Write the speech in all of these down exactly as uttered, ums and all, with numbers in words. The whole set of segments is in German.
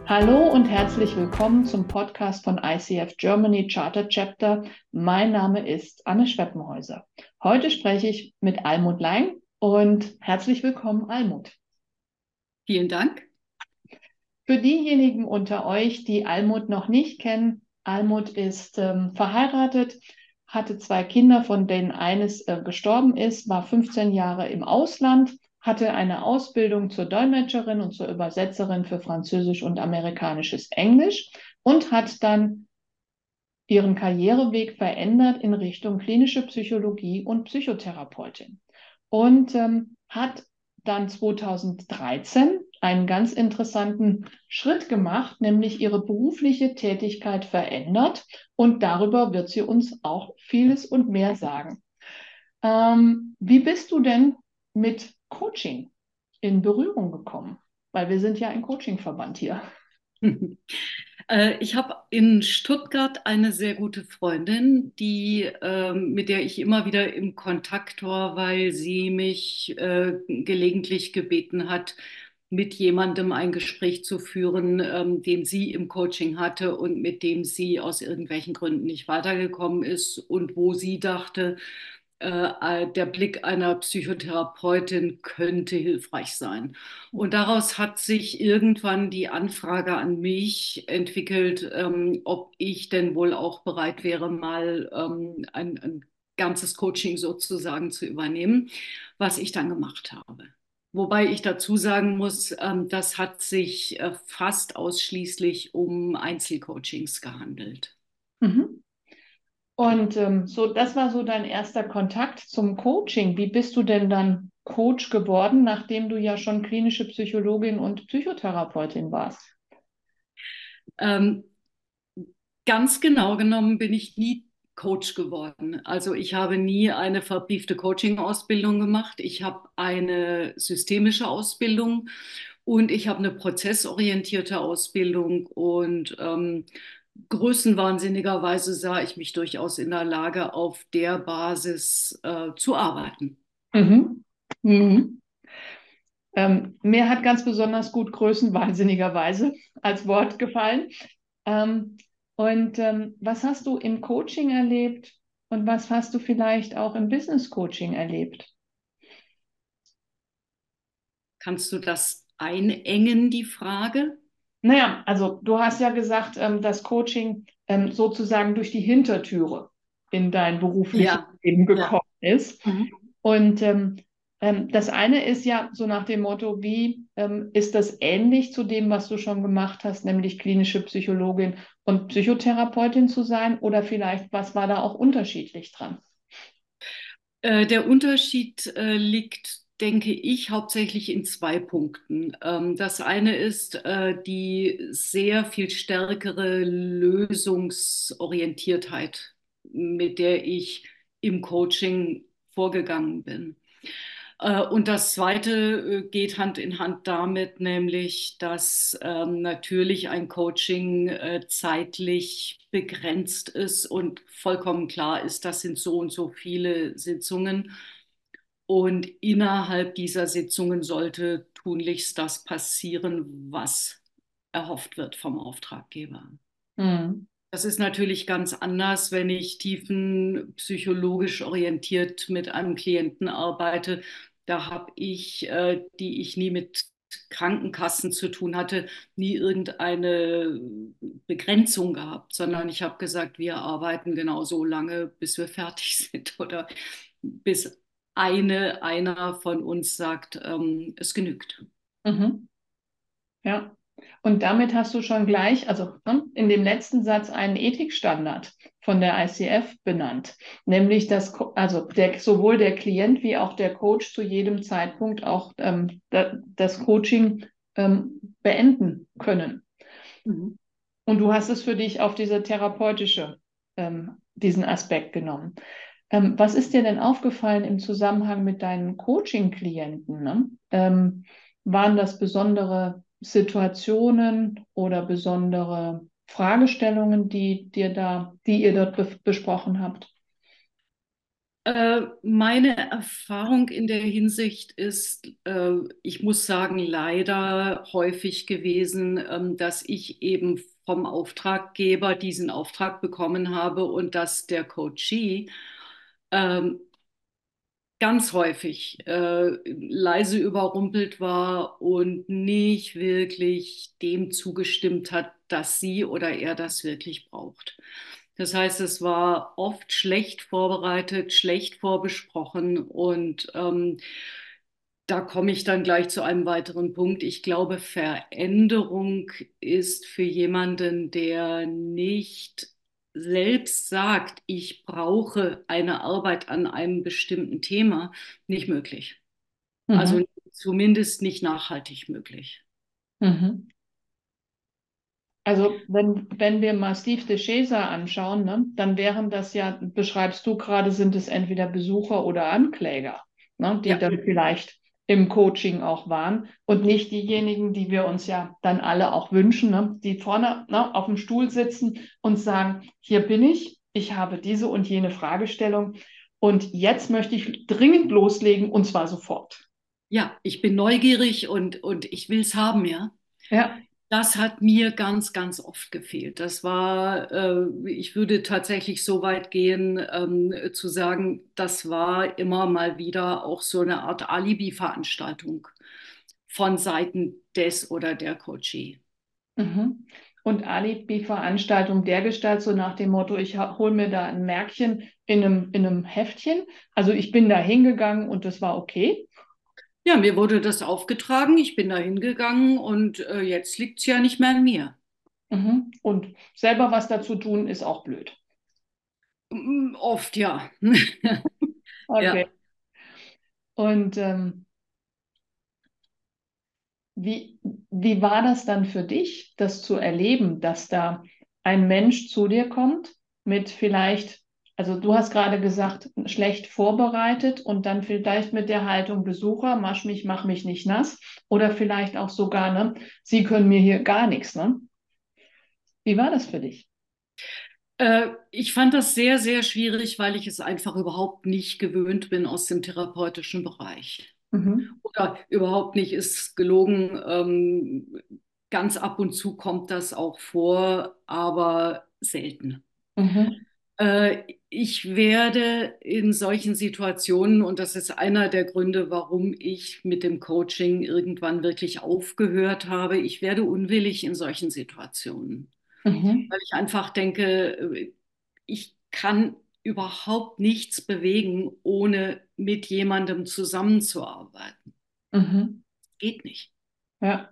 Hallo und herzlich willkommen zum Podcast von I C F Germany Charter Chapter. Mein Name ist Anne Schweppenhäuser. Heute spreche ich mit Almut Lang und herzlich willkommen, Almut. Vielen Dank. Für diejenigen unter euch, die Almut noch nicht kennen, Almut ist ähm, verheiratet, hatte zwei Kinder, von denen eines äh, gestorben ist, war fünfzehn Jahre im Ausland, hatte eine Ausbildung zur Dolmetscherin und zur Übersetzerin für Französisch und amerikanisches Englisch und hat dann ihren Karriereweg verändert in Richtung klinische Psychologie und Psychotherapeutin und ähm, hat dann zweitausenddreizehn einen ganz interessanten Schritt gemacht, nämlich ihre berufliche Tätigkeit verändert. Und darüber wird sie uns auch vieles und mehr sagen. Ähm, wie bist du denn mit Coaching in Berührung gekommen? Weil wir sind ja ein Coachingverband hier. Äh, Ich habe in Stuttgart eine sehr gute Freundin, die, ähm, mit der ich immer wieder im Kontakt war, weil sie mich äh, gelegentlich gebeten hat, mit jemandem ein Gespräch zu führen, ähm, den sie im Coaching hatte und mit dem sie aus irgendwelchen Gründen nicht weitergekommen ist und wo sie dachte, äh, der Blick einer Psychotherapeutin könnte hilfreich sein. Und daraus hat sich irgendwann die Anfrage an mich entwickelt, ähm, ob ich denn wohl auch bereit wäre, mal ähm, ein, ein ganzes Coaching sozusagen zu übernehmen, was ich dann gemacht habe. Wobei ich dazu sagen muss, ähm, das hat sich äh, fast ausschließlich um Einzelcoachings gehandelt. Mhm. Und ähm, so, das war so dein erster Kontakt zum Coaching. Wie bist du denn dann Coach geworden, nachdem du ja schon klinische Psychologin und Psychotherapeutin warst? Ähm, Ganz genau genommen bin ich nie Coach geworden. Also ich habe nie eine verbriefte Coaching-Ausbildung gemacht. Ich habe eine systemische Ausbildung und ich habe eine prozessorientierte Ausbildung und ähm, größenwahnsinnigerweise sah ich mich durchaus in der Lage, auf der Basis äh, zu arbeiten. Mhm. Mhm. Ähm, mir hat ganz besonders gut größenwahnsinnigerweise als Wort gefallen. Ähm, und ähm, was hast du im Coaching erlebt und was hast du vielleicht auch im Business Coaching erlebt? Kannst du das einengen, die Frage? Naja, also du hast ja gesagt, ähm, dass Coaching ähm, sozusagen durch die Hintertüre in dein berufliches Ja, Leben ja. gekommen ist. Mhm. Und ähm, ähm, das eine ist ja so nach dem Motto, wie ähm, ist das ähnlich zu dem, was du schon gemacht hast, nämlich klinische Psychologin und Psychotherapeutin zu sein? Oder vielleicht, was war da auch unterschiedlich dran? Äh, der Unterschied äh, liegt, denke ich, hauptsächlich in zwei Punkten. Ähm, das eine ist äh, die sehr viel stärkere Lösungsorientiertheit, mit der ich im Coaching vorgegangen bin. Äh, Und das Zweite äh, geht Hand in Hand damit, nämlich, dass ähm, natürlich ein Coaching äh, zeitlich begrenzt ist und vollkommen klar ist, das sind so und so viele Sitzungen. Und innerhalb dieser Sitzungen sollte tunlichst das passieren, was erhofft wird vom Auftraggeber. Hm. Das ist natürlich ganz anders, wenn ich tiefenpsychologisch orientiert mit einem Klienten arbeite. Da habe ich, äh, die ich nie mit Krankenkassen zu tun hatte, nie irgendeine Begrenzung gehabt, sondern ich habe gesagt, wir arbeiten genau so lange, bis wir fertig sind oder bis eine, einer von uns sagt, ähm, es genügt. Mhm. Ja. Und damit hast du schon gleich, also ne, in dem letzten Satz einen Ethikstandard von der I C F benannt, nämlich dass Co- also der, sowohl der Klient wie auch der Coach zu jedem Zeitpunkt auch ähm, da, das Coaching ähm, beenden können. Mhm. Und du hast es für dich auf diese therapeutische, ähm, diesen Aspekt genommen. Ähm, was ist dir denn aufgefallen im Zusammenhang mit deinen Coaching-Klienten, ne? Ähm, waren das besondere Situationen oder besondere Fragestellungen, die dir da, die ihr dort be besprochen habt? Äh, meine Erfahrung in der Hinsicht ist, äh, ich muss sagen, leider häufig gewesen, ähm, dass ich eben vom Auftraggeber diesen Auftrag bekommen habe und dass der Coachee ähm, ganz häufig äh, leise überrumpelt war und nicht wirklich dem zugestimmt hat, dass sie oder er das wirklich braucht. Das heißt, es war oft schlecht vorbereitet, schlecht vorbesprochen und ähm, da komme ich dann gleich zu einem weiteren Punkt. Ich glaube, Veränderung ist für jemanden, der nicht selbst sagt, ich brauche eine Arbeit an einem bestimmten Thema, nicht möglich. Also Mhm. zumindest nicht nachhaltig möglich. Mhm. Also wenn, wenn wir mal Steve DeShazer anschauen, ne, dann wären das ja, beschreibst du gerade, sind es entweder Besucher oder Ankläger, ne, die Ja, dann vielleicht im Coaching auch waren und nicht diejenigen, die wir uns ja dann alle auch wünschen, ne, die vorne, ne, auf dem Stuhl sitzen und sagen, hier bin ich, ich habe diese und jene Fragestellung und jetzt möchte ich dringend loslegen und zwar sofort. ja, ich bin neugierig und, und ich will es haben, ja. Ja. Das hat mir ganz, ganz oft gefehlt. Das war, äh, ich würde tatsächlich so weit gehen, ähm, zu sagen, das war immer mal wieder auch so eine Art Alibi-Veranstaltung von Seiten des oder der Coachee. Mhm. Und Alibi-Veranstaltung dergestalt, so nach dem Motto, ich hole mir da ein Märkchen in einem, in einem Heftchen. Also ich bin da hingegangen und das war okay. Ja, mir wurde das aufgetragen, ich bin da hingegangen und äh, jetzt liegt es ja nicht mehr an mir. Mhm. Und selber was dazu tun, ist auch blöd. Mm, Oft ja. Okay. Ja. Und ähm, wie, wie war das dann für dich, das zu erleben, dass da ein Mensch zu dir kommt mit vielleicht, also du hast gerade gesagt, schlecht vorbereitet und dann vielleicht mit der Haltung Besucher, masch mich, mach mich nicht nass oder vielleicht auch sogar, ne, sie können mir hier gar nichts, ne? Wie war das für dich? Äh, ich fand das sehr, sehr schwierig, weil ich es einfach überhaupt nicht gewöhnt bin aus dem therapeutischen Bereich. Mhm. Oder überhaupt nicht ist gelogen. Ähm, ganz ab und zu kommt das auch vor, aber selten. Mhm. Äh, ich werde in solchen Situationen, und das ist einer der Gründe, warum ich mit dem Coaching irgendwann wirklich aufgehört habe, ich werde unwillig in solchen Situationen, Mhm. weil ich einfach denke, äh, ich kann überhaupt nichts bewegen, ohne mit jemandem zusammenzuarbeiten. Mhm. Geht nicht. Ja.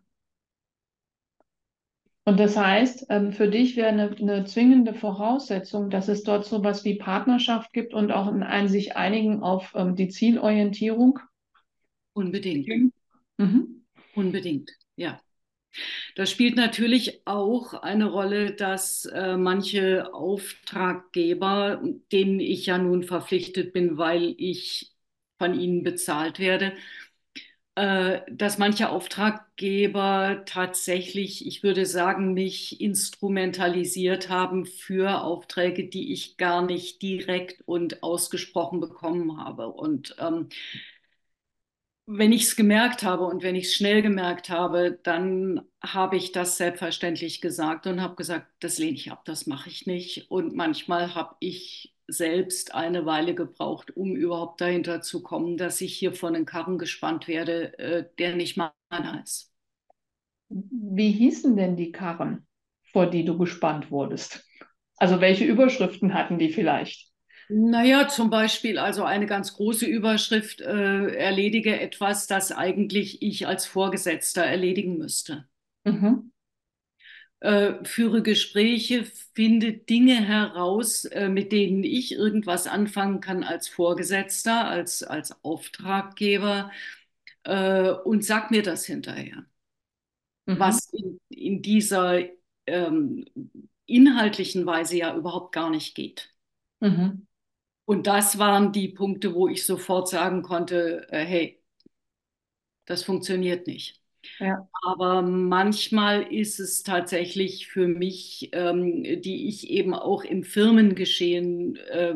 Und das heißt, ähm, für dich wäre eine, eine zwingende Voraussetzung, dass es dort so etwas wie Partnerschaft gibt und auch ein, ein sich einigen auf ähm, die Zielorientierung. Unbedingt. Mhm. Unbedingt. Ja. Das spielt natürlich auch eine Rolle, dass äh, manche Auftraggeber, denen ich ja nun verpflichtet bin, weil ich von ihnen bezahlt werde, äh, dass manche Auftraggeber tatsächlich, ich würde sagen, mich instrumentalisiert haben für Aufträge, die ich gar nicht direkt und ausgesprochen bekommen habe. Und ähm, wenn ich es gemerkt habe und wenn ich es schnell gemerkt habe, dann habe ich das selbstverständlich gesagt und habe gesagt, das lehne ich ab, das mache ich nicht. Und manchmal habe ich selbst eine Weile gebraucht, um überhaupt dahinter zu kommen, dass ich hier vor einen Karren gespannt werde, äh, der nicht meiner ist. Wie hießen denn die Karren, vor die du gespannt wurdest? Also welche Überschriften hatten die vielleicht? Naja, zum Beispiel also eine ganz große Überschrift, äh, erledige etwas, das eigentlich ich als Vorgesetzter erledigen müsste. Mhm. Äh, führe Gespräche, finde Dinge heraus, äh, mit denen ich irgendwas anfangen kann als Vorgesetzter, als, als Auftraggeber, äh, und sag mir das hinterher, Mhm. was in, in dieser ähm, inhaltlichen Weise ja überhaupt gar nicht geht. Mhm. Und das waren die Punkte, wo ich sofort sagen konnte, äh, hey, das funktioniert nicht. Ja. Aber manchmal ist es tatsächlich für mich, ähm, die ich eben auch im Firmengeschehen ähm,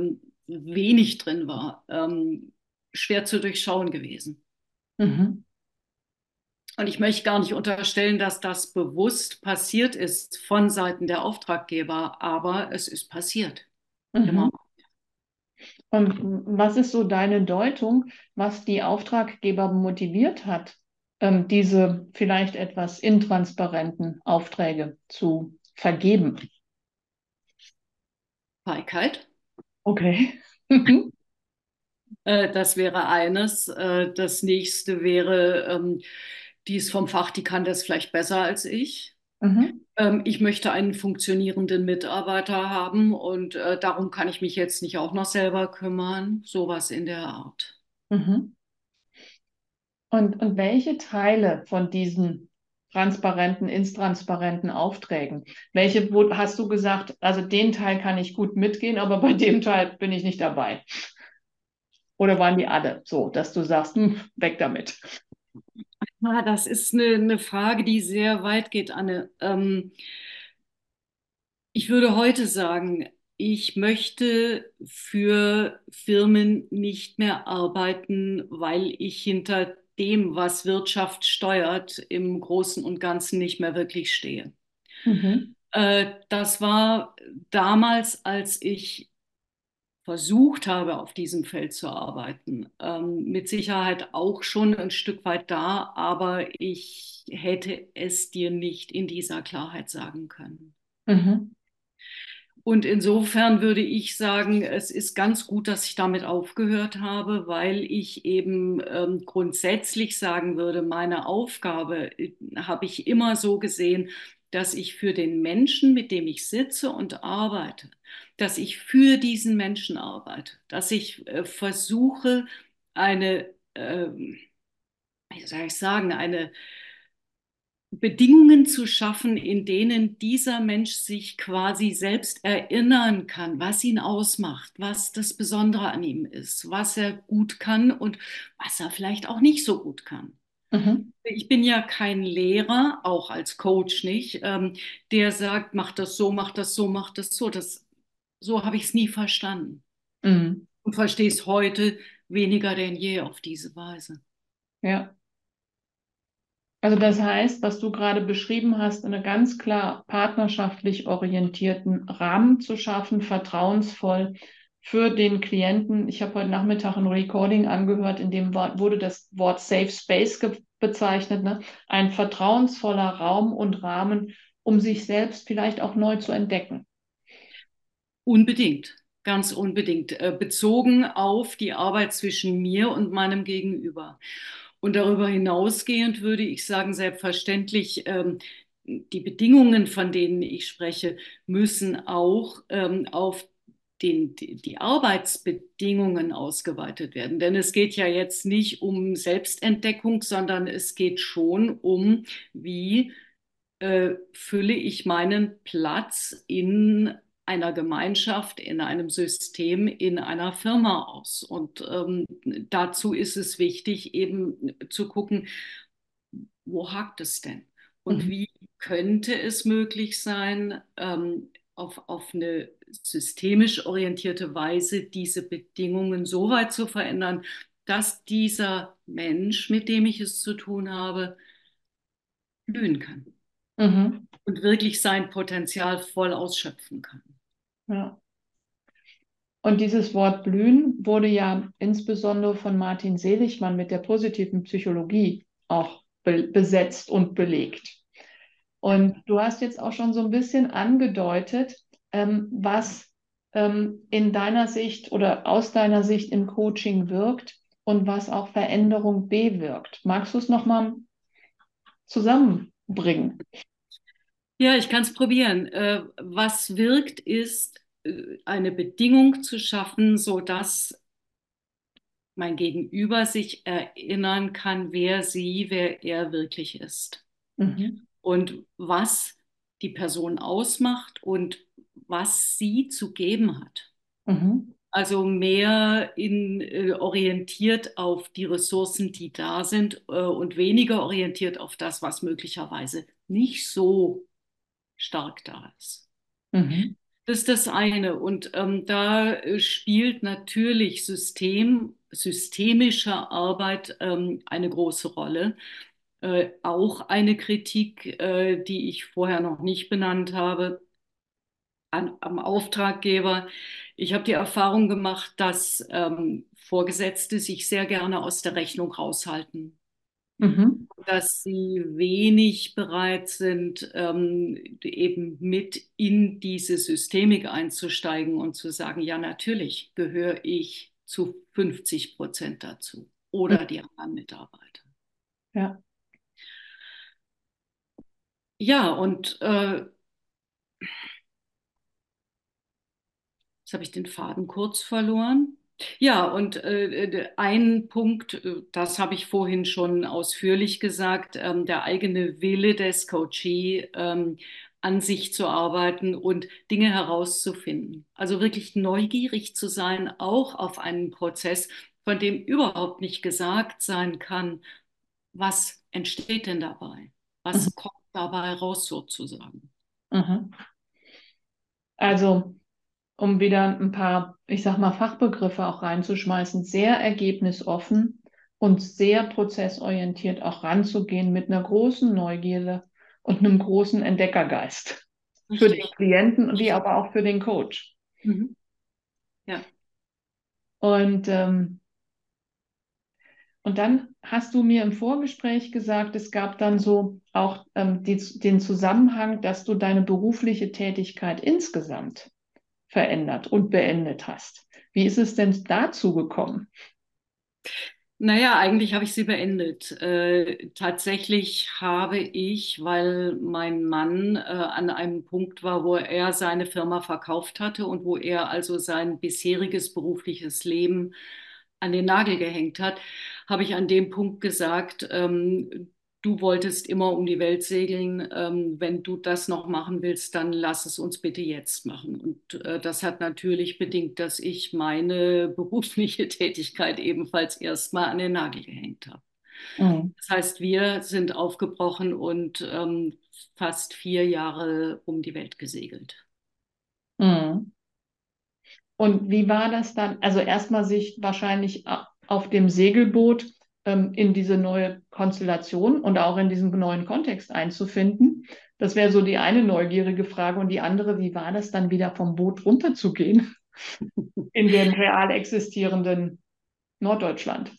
wenig drin war, ähm, schwer zu durchschauen gewesen. Mhm. Und ich möchte gar nicht unterstellen, dass das bewusst passiert ist von Seiten der Auftraggeber, aber es ist passiert. Mhm. Immer. Und was ist so deine Deutung, was die Auftraggeber motiviert hat, ähm, diese vielleicht etwas intransparenten Aufträge zu vergeben? Feigheit. Okay. Äh, das wäre eines. Äh, das nächste wäre, ähm, die ist vom Fach, die kann das vielleicht besser als ich. Mhm. Ähm, ich möchte einen funktionierenden Mitarbeiter haben und äh, darum kann ich mich jetzt nicht auch noch selber kümmern. Sowas in der Art. Mhm. Und, und welche Teile von diesen transparenten, intransparenten Aufträgen, welche wo, hast du gesagt, also den Teil kann ich gut mitgehen, aber bei dem Teil bin ich nicht dabei? Oder waren die alle so, dass du sagst, hm, weg damit? Ah, das ist eine, eine Frage, die sehr weit geht, Anne. Ähm, ich würde heute sagen, ich möchte für Firmen nicht mehr arbeiten, weil ich hinter dem, was Wirtschaft steuert, im Großen und Ganzen nicht mehr wirklich stehe. Mhm. Äh, das war damals, als ich versucht habe, auf diesem Feld zu arbeiten, ähm, mit Sicherheit auch schon ein Stück weit da, aber ich hätte es dir nicht in dieser Klarheit sagen können. Mhm. Und insofern würde ich sagen, es ist ganz gut, dass ich damit aufgehört habe, weil ich eben ähm, grundsätzlich sagen würde, meine Aufgabe äh, habe ich immer so gesehen, dass ich für den Menschen, mit dem ich sitze und arbeite, dass ich für diesen Menschen arbeite, dass ich äh, versuche, eine, äh, wie soll ich sagen, eine Bedingungen zu schaffen, in denen dieser Mensch sich quasi selbst erinnern kann, was ihn ausmacht, was das Besondere an ihm ist, was er gut kann und was er vielleicht auch nicht so gut kann. Mhm. Ich bin ja kein Lehrer, auch als Coach nicht, ähm, der sagt, mach das so, mach das so, mach das so. Das, so habe ich es nie verstanden Mhm. und verstehe es heute weniger denn je auf diese Weise. Ja. Also das heißt, was du gerade beschrieben hast, einen ganz klar partnerschaftlich orientierten Rahmen zu schaffen, vertrauensvoll für den Klienten. Ich habe heute Nachmittag ein Recording angehört, in dem wurde das Wort Safe Space bezeichnet, ne? Ein vertrauensvoller Raum und Rahmen, um sich selbst vielleicht auch neu zu entdecken. Unbedingt, ganz unbedingt, äh, bezogen auf die Arbeit zwischen mir und meinem Gegenüber. Und darüber hinausgehend würde ich sagen, selbstverständlich, ähm, die Bedingungen, von denen ich spreche, müssen auch ähm, auf den, die, die Arbeitsbedingungen ausgeweitet werden. Denn es geht ja jetzt nicht um Selbstentdeckung, sondern es geht schon um, wie äh, fülle ich meinen Platz in einer Gemeinschaft, in einem System, in einer Firma aus. Und ähm, dazu ist es wichtig, eben zu gucken, wo hakt es denn? Und Mhm. wie könnte es möglich sein, ähm, auf, auf eine systemisch orientierte Weise diese Bedingungen so weit zu verändern, dass dieser Mensch, mit dem ich es zu tun habe, blühen kann Mhm. und wirklich sein Potenzial voll ausschöpfen kann. Ja. Und dieses Wort blühen wurde ja insbesondere von Martin Seligmann mit der positiven Psychologie auch be besetzt und belegt. Und du hast jetzt auch schon so ein bisschen angedeutet, ähm, was ähm, in deiner Sicht oder aus deiner Sicht im Coaching wirkt und was auch Veränderung bewirkt. Magst du es nochmal zusammenbringen? Ja, ich kann es probieren. Äh, was wirkt, ist äh, eine Bedingung zu schaffen, sodass mein Gegenüber sich erinnern kann, wer sie, wer er wirklich ist Mhm. und was die Person ausmacht und was sie zu geben hat. Mhm. Also mehr in, äh, orientiert auf die Ressourcen, die da sind, äh, und weniger orientiert auf das, was möglicherweise nicht so stark da ist. Mhm. Das ist das eine. Und ähm, da äh, spielt natürlich System, systemische Arbeit ähm, eine große Rolle. Äh, auch eine Kritik, äh, die ich vorher noch nicht benannt habe, an, am Auftraggeber. Ich habe die Erfahrung gemacht, dass ähm, Vorgesetzte sich sehr gerne aus der Rechnung raushalten, Mhm. dass sie wenig bereit sind, ähm, eben mit in diese Systemik einzusteigen und zu sagen, ja, natürlich gehöre ich zu fünfzig Prozent dazu oder die anderen Mitarbeiter. Ja. Ja, und äh, jetzt habe ich den Faden kurz verloren. Ja, und äh, ein Punkt, äh, das habe ich vorhin schon ausführlich gesagt, ähm, der eigene Wille des Coachee, ähm, an sich zu arbeiten und Dinge herauszufinden. Also wirklich neugierig zu sein, auch auf einen Prozess, von dem überhaupt nicht gesagt sein kann, was entsteht denn dabei? Mhm. Was kommt dabei raus sozusagen? Mhm. Also, um wieder ein paar, ich sag mal, Fachbegriffe auch reinzuschmeißen, sehr ergebnisoffen und sehr prozessorientiert auch ranzugehen mit einer großen Neugierde und einem großen Entdeckergeist für den Richtig. Klienten wie aber auch für den Coach. Mhm. Ja. Und, ähm, und dann hast du mir im Vorgespräch gesagt, es gab dann so auch ähm, die, den Zusammenhang, dass du deine berufliche Tätigkeit insgesamt verändert und beendet hast. Wie ist es denn dazu gekommen? Naja, eigentlich habe ich sie beendet. Äh, tatsächlich habe ich, weil mein Mann äh, an einem Punkt war, wo er seine Firma verkauft hatte und wo er also sein bisheriges berufliches Leben an den Nagel gehängt hat, habe ich an dem Punkt gesagt, ähm, du wolltest immer um die Welt segeln. Ähm, wenn du das noch machen willst, dann lass es uns bitte jetzt machen. Und äh, das hat natürlich bedingt, dass ich meine berufliche Tätigkeit ebenfalls erstmal an den Nagel gehängt habe. Mhm. Das heißt, wir sind aufgebrochen und ähm, fast vier Jahre um die Welt gesegelt. Mhm. Und wie war das dann? Also erstmal sich wahrscheinlich a- auf dem Segelboot ähm, in diese neue Konstellation und auch in diesen neuen Kontext einzufinden. Das wäre so die eine neugierige Frage. Und die andere, wie war das dann wieder vom Boot runterzugehen in dem real existierenden Norddeutschland?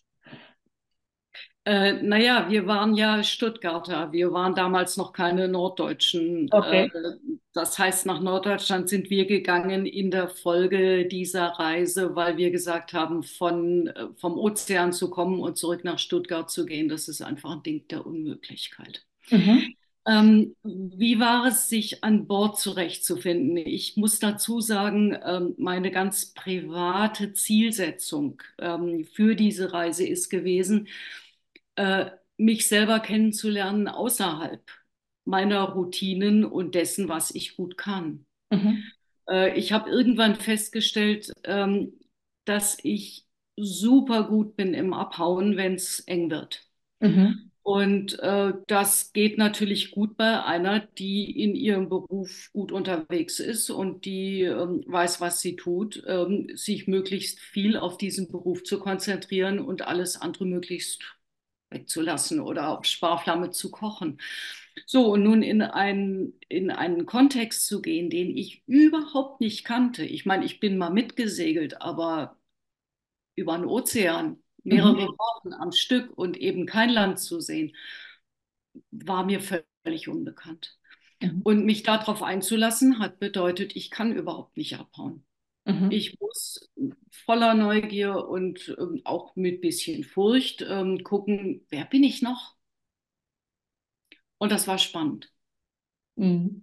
Äh, naja, wir waren ja Stuttgarter. Wir waren damals noch keine Norddeutschen. Äh, Okay. das heißt, nach Norddeutschland sind wir gegangen in der Folge dieser Reise, weil wir gesagt haben, von, äh, vom Ozean zu kommen und zurück nach Stuttgart zu gehen, das ist einfach ein Ding der Unmöglichkeit. Mhm. Ähm, wie war es, sich an Bord zurechtzufinden? Ich muss dazu sagen, ähm, meine ganz private Zielsetzung ähm, für diese Reise ist gewesen, äh, mich selber kennenzulernen außerhalb meiner Routinen und dessen, was ich gut kann. Mhm. Äh, ich habe irgendwann festgestellt, ähm, dass ich super gut bin im Abhauen, wenn es eng wird. Mhm. Und äh, das geht natürlich gut bei einer, die in ihrem Beruf gut unterwegs ist und die ähm, weiß, was sie tut, ähm, sich möglichst viel auf diesen Beruf zu konzentrieren und alles andere möglichst wegzulassen oder auf Sparflamme zu kochen. So, und nun in einen, in einen Kontext zu gehen, den ich überhaupt nicht kannte. Ich meine, ich bin mal mitgesegelt, aber über den Ozean Mhm. mehrere Wochen am Stück und eben kein Land zu sehen, war mir völlig unbekannt. Mhm. Und mich darauf einzulassen, hat bedeutet, ich kann überhaupt nicht abhauen. Mhm. Ich muss voller Neugier und ähm, auch mit bisschen Furcht ähm, gucken, wer bin ich noch? Und das war spannend. Mhm.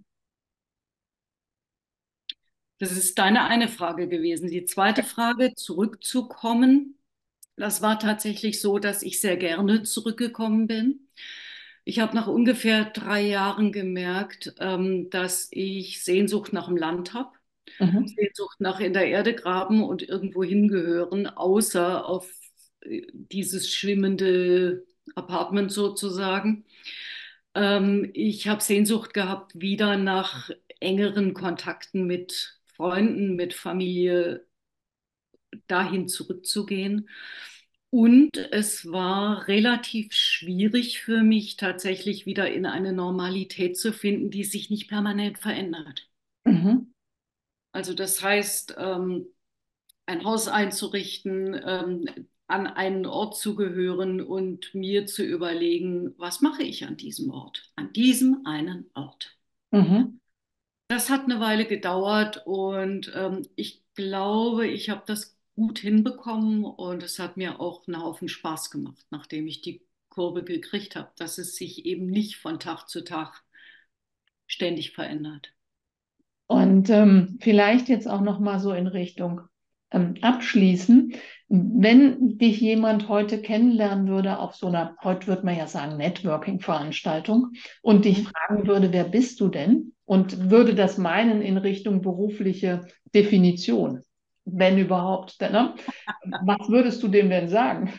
Das ist deine eine Frage gewesen. Die zweite Frage, zurückzukommen. Das war tatsächlich so, dass ich sehr gerne zurückgekommen bin. Ich habe nach ungefähr drei Jahren gemerkt, ähm, dass ich Sehnsucht nach dem Land habe, Mhm. Sehnsucht nach in der Erde graben und irgendwo hingehören, außer auf äh, dieses schwimmende Apartment sozusagen. Ähm, ich habe Sehnsucht gehabt wieder nach engeren Kontakten mit Freunden, mit Familie dahin zurückzugehen. Und es war relativ schwierig für mich, tatsächlich wieder in eine Normalität zu finden, die sich nicht permanent verändert. Mhm. Also das heißt, ähm, ein Haus einzurichten, ähm, an einen Ort zu gehören und mir zu überlegen, was mache ich an diesem Ort, an diesem einen Ort. Mhm. Das hat eine Weile gedauert und ähm, ich glaube, ich habe das gut hinbekommen und es hat mir auch einen Haufen Spaß gemacht, nachdem ich die Kurve gekriegt habe, dass es sich eben nicht von Tag zu Tag ständig verändert. Und ähm, vielleicht jetzt auch noch mal so in Richtung ähm, Abschließen. Wenn dich jemand heute kennenlernen würde auf so einer, heute würde man ja sagen, Networking-Veranstaltung und dich Mhm. fragen würde, wer bist du denn? Und würde das meinen in Richtung berufliche Definition, wenn überhaupt, ne? Was würdest du dem denn sagen?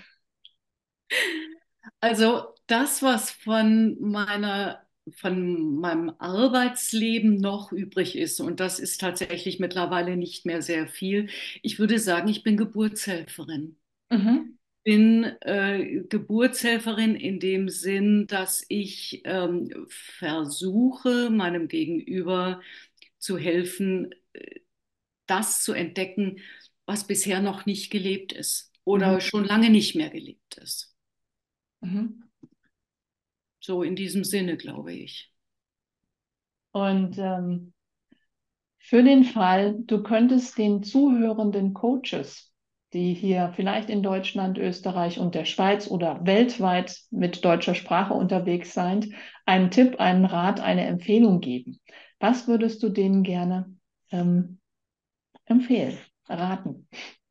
Also das, was von meiner, von meinem Arbeitsleben noch übrig ist, und das ist tatsächlich mittlerweile nicht mehr sehr viel, ich würde sagen, ich bin Geburtshelferin. Mhm. Bin äh, Geburtshelferin in dem Sinn, dass ich ähm, versuche, meinem Gegenüber zu helfen, das zu entdecken, was bisher noch nicht gelebt ist Mhm. oder schon lange nicht mehr gelebt ist. Mhm. So in diesem Sinne, glaube ich. Und ähm, für den Fall, du könntest den zuhörenden Coaches, die hier vielleicht in Deutschland, Österreich und der Schweiz oder weltweit mit deutscher Sprache unterwegs sind, einen Tipp, einen Rat, eine Empfehlung geben. Was würdest du denen gerne ähm, empfehlen, raten?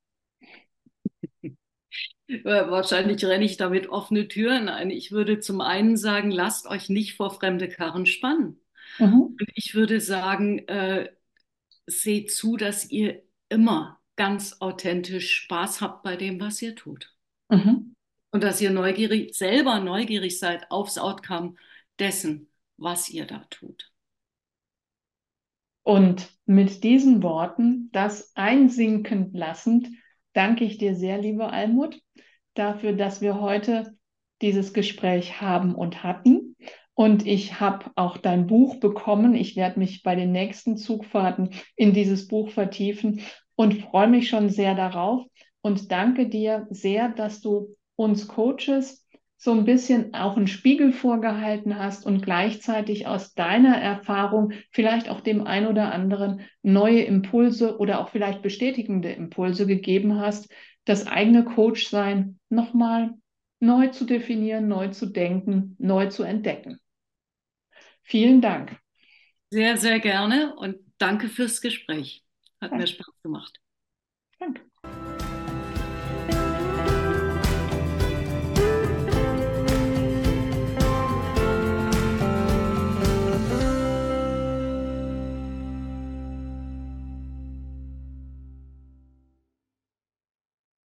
Äh, Wahrscheinlich renne ich damit offene Türen ein. Ich würde zum einen sagen, lasst euch nicht vor fremde Karren spannen. Mhm. Und ich würde sagen, äh, seht zu, dass ihr immer ganz authentisch Spaß habt bei dem, was ihr tut. Mhm. Und dass ihr neugierig, selber neugierig seid aufs Outcome dessen, was ihr da tut. Und mit diesen Worten, das einsinken lassend, danke ich dir sehr, liebe Almut, dafür, dass wir heute dieses Gespräch haben und hatten. Und ich habe auch dein Buch bekommen. Ich werde mich bei den nächsten Zugfahrten in dieses Buch vertiefen und freue mich schon sehr darauf. Und danke dir sehr, dass du uns Coaches so ein bisschen auch einen Spiegel vorgehalten hast und gleichzeitig aus deiner Erfahrung vielleicht auch dem ein oder anderen neue Impulse oder auch vielleicht bestätigende Impulse gegeben hast, das eigene Coachsein nochmal neu zu definieren, neu zu denken, neu zu entdecken. Vielen Dank. Sehr, sehr gerne und danke fürs Gespräch. Hat mir Spaß gemacht.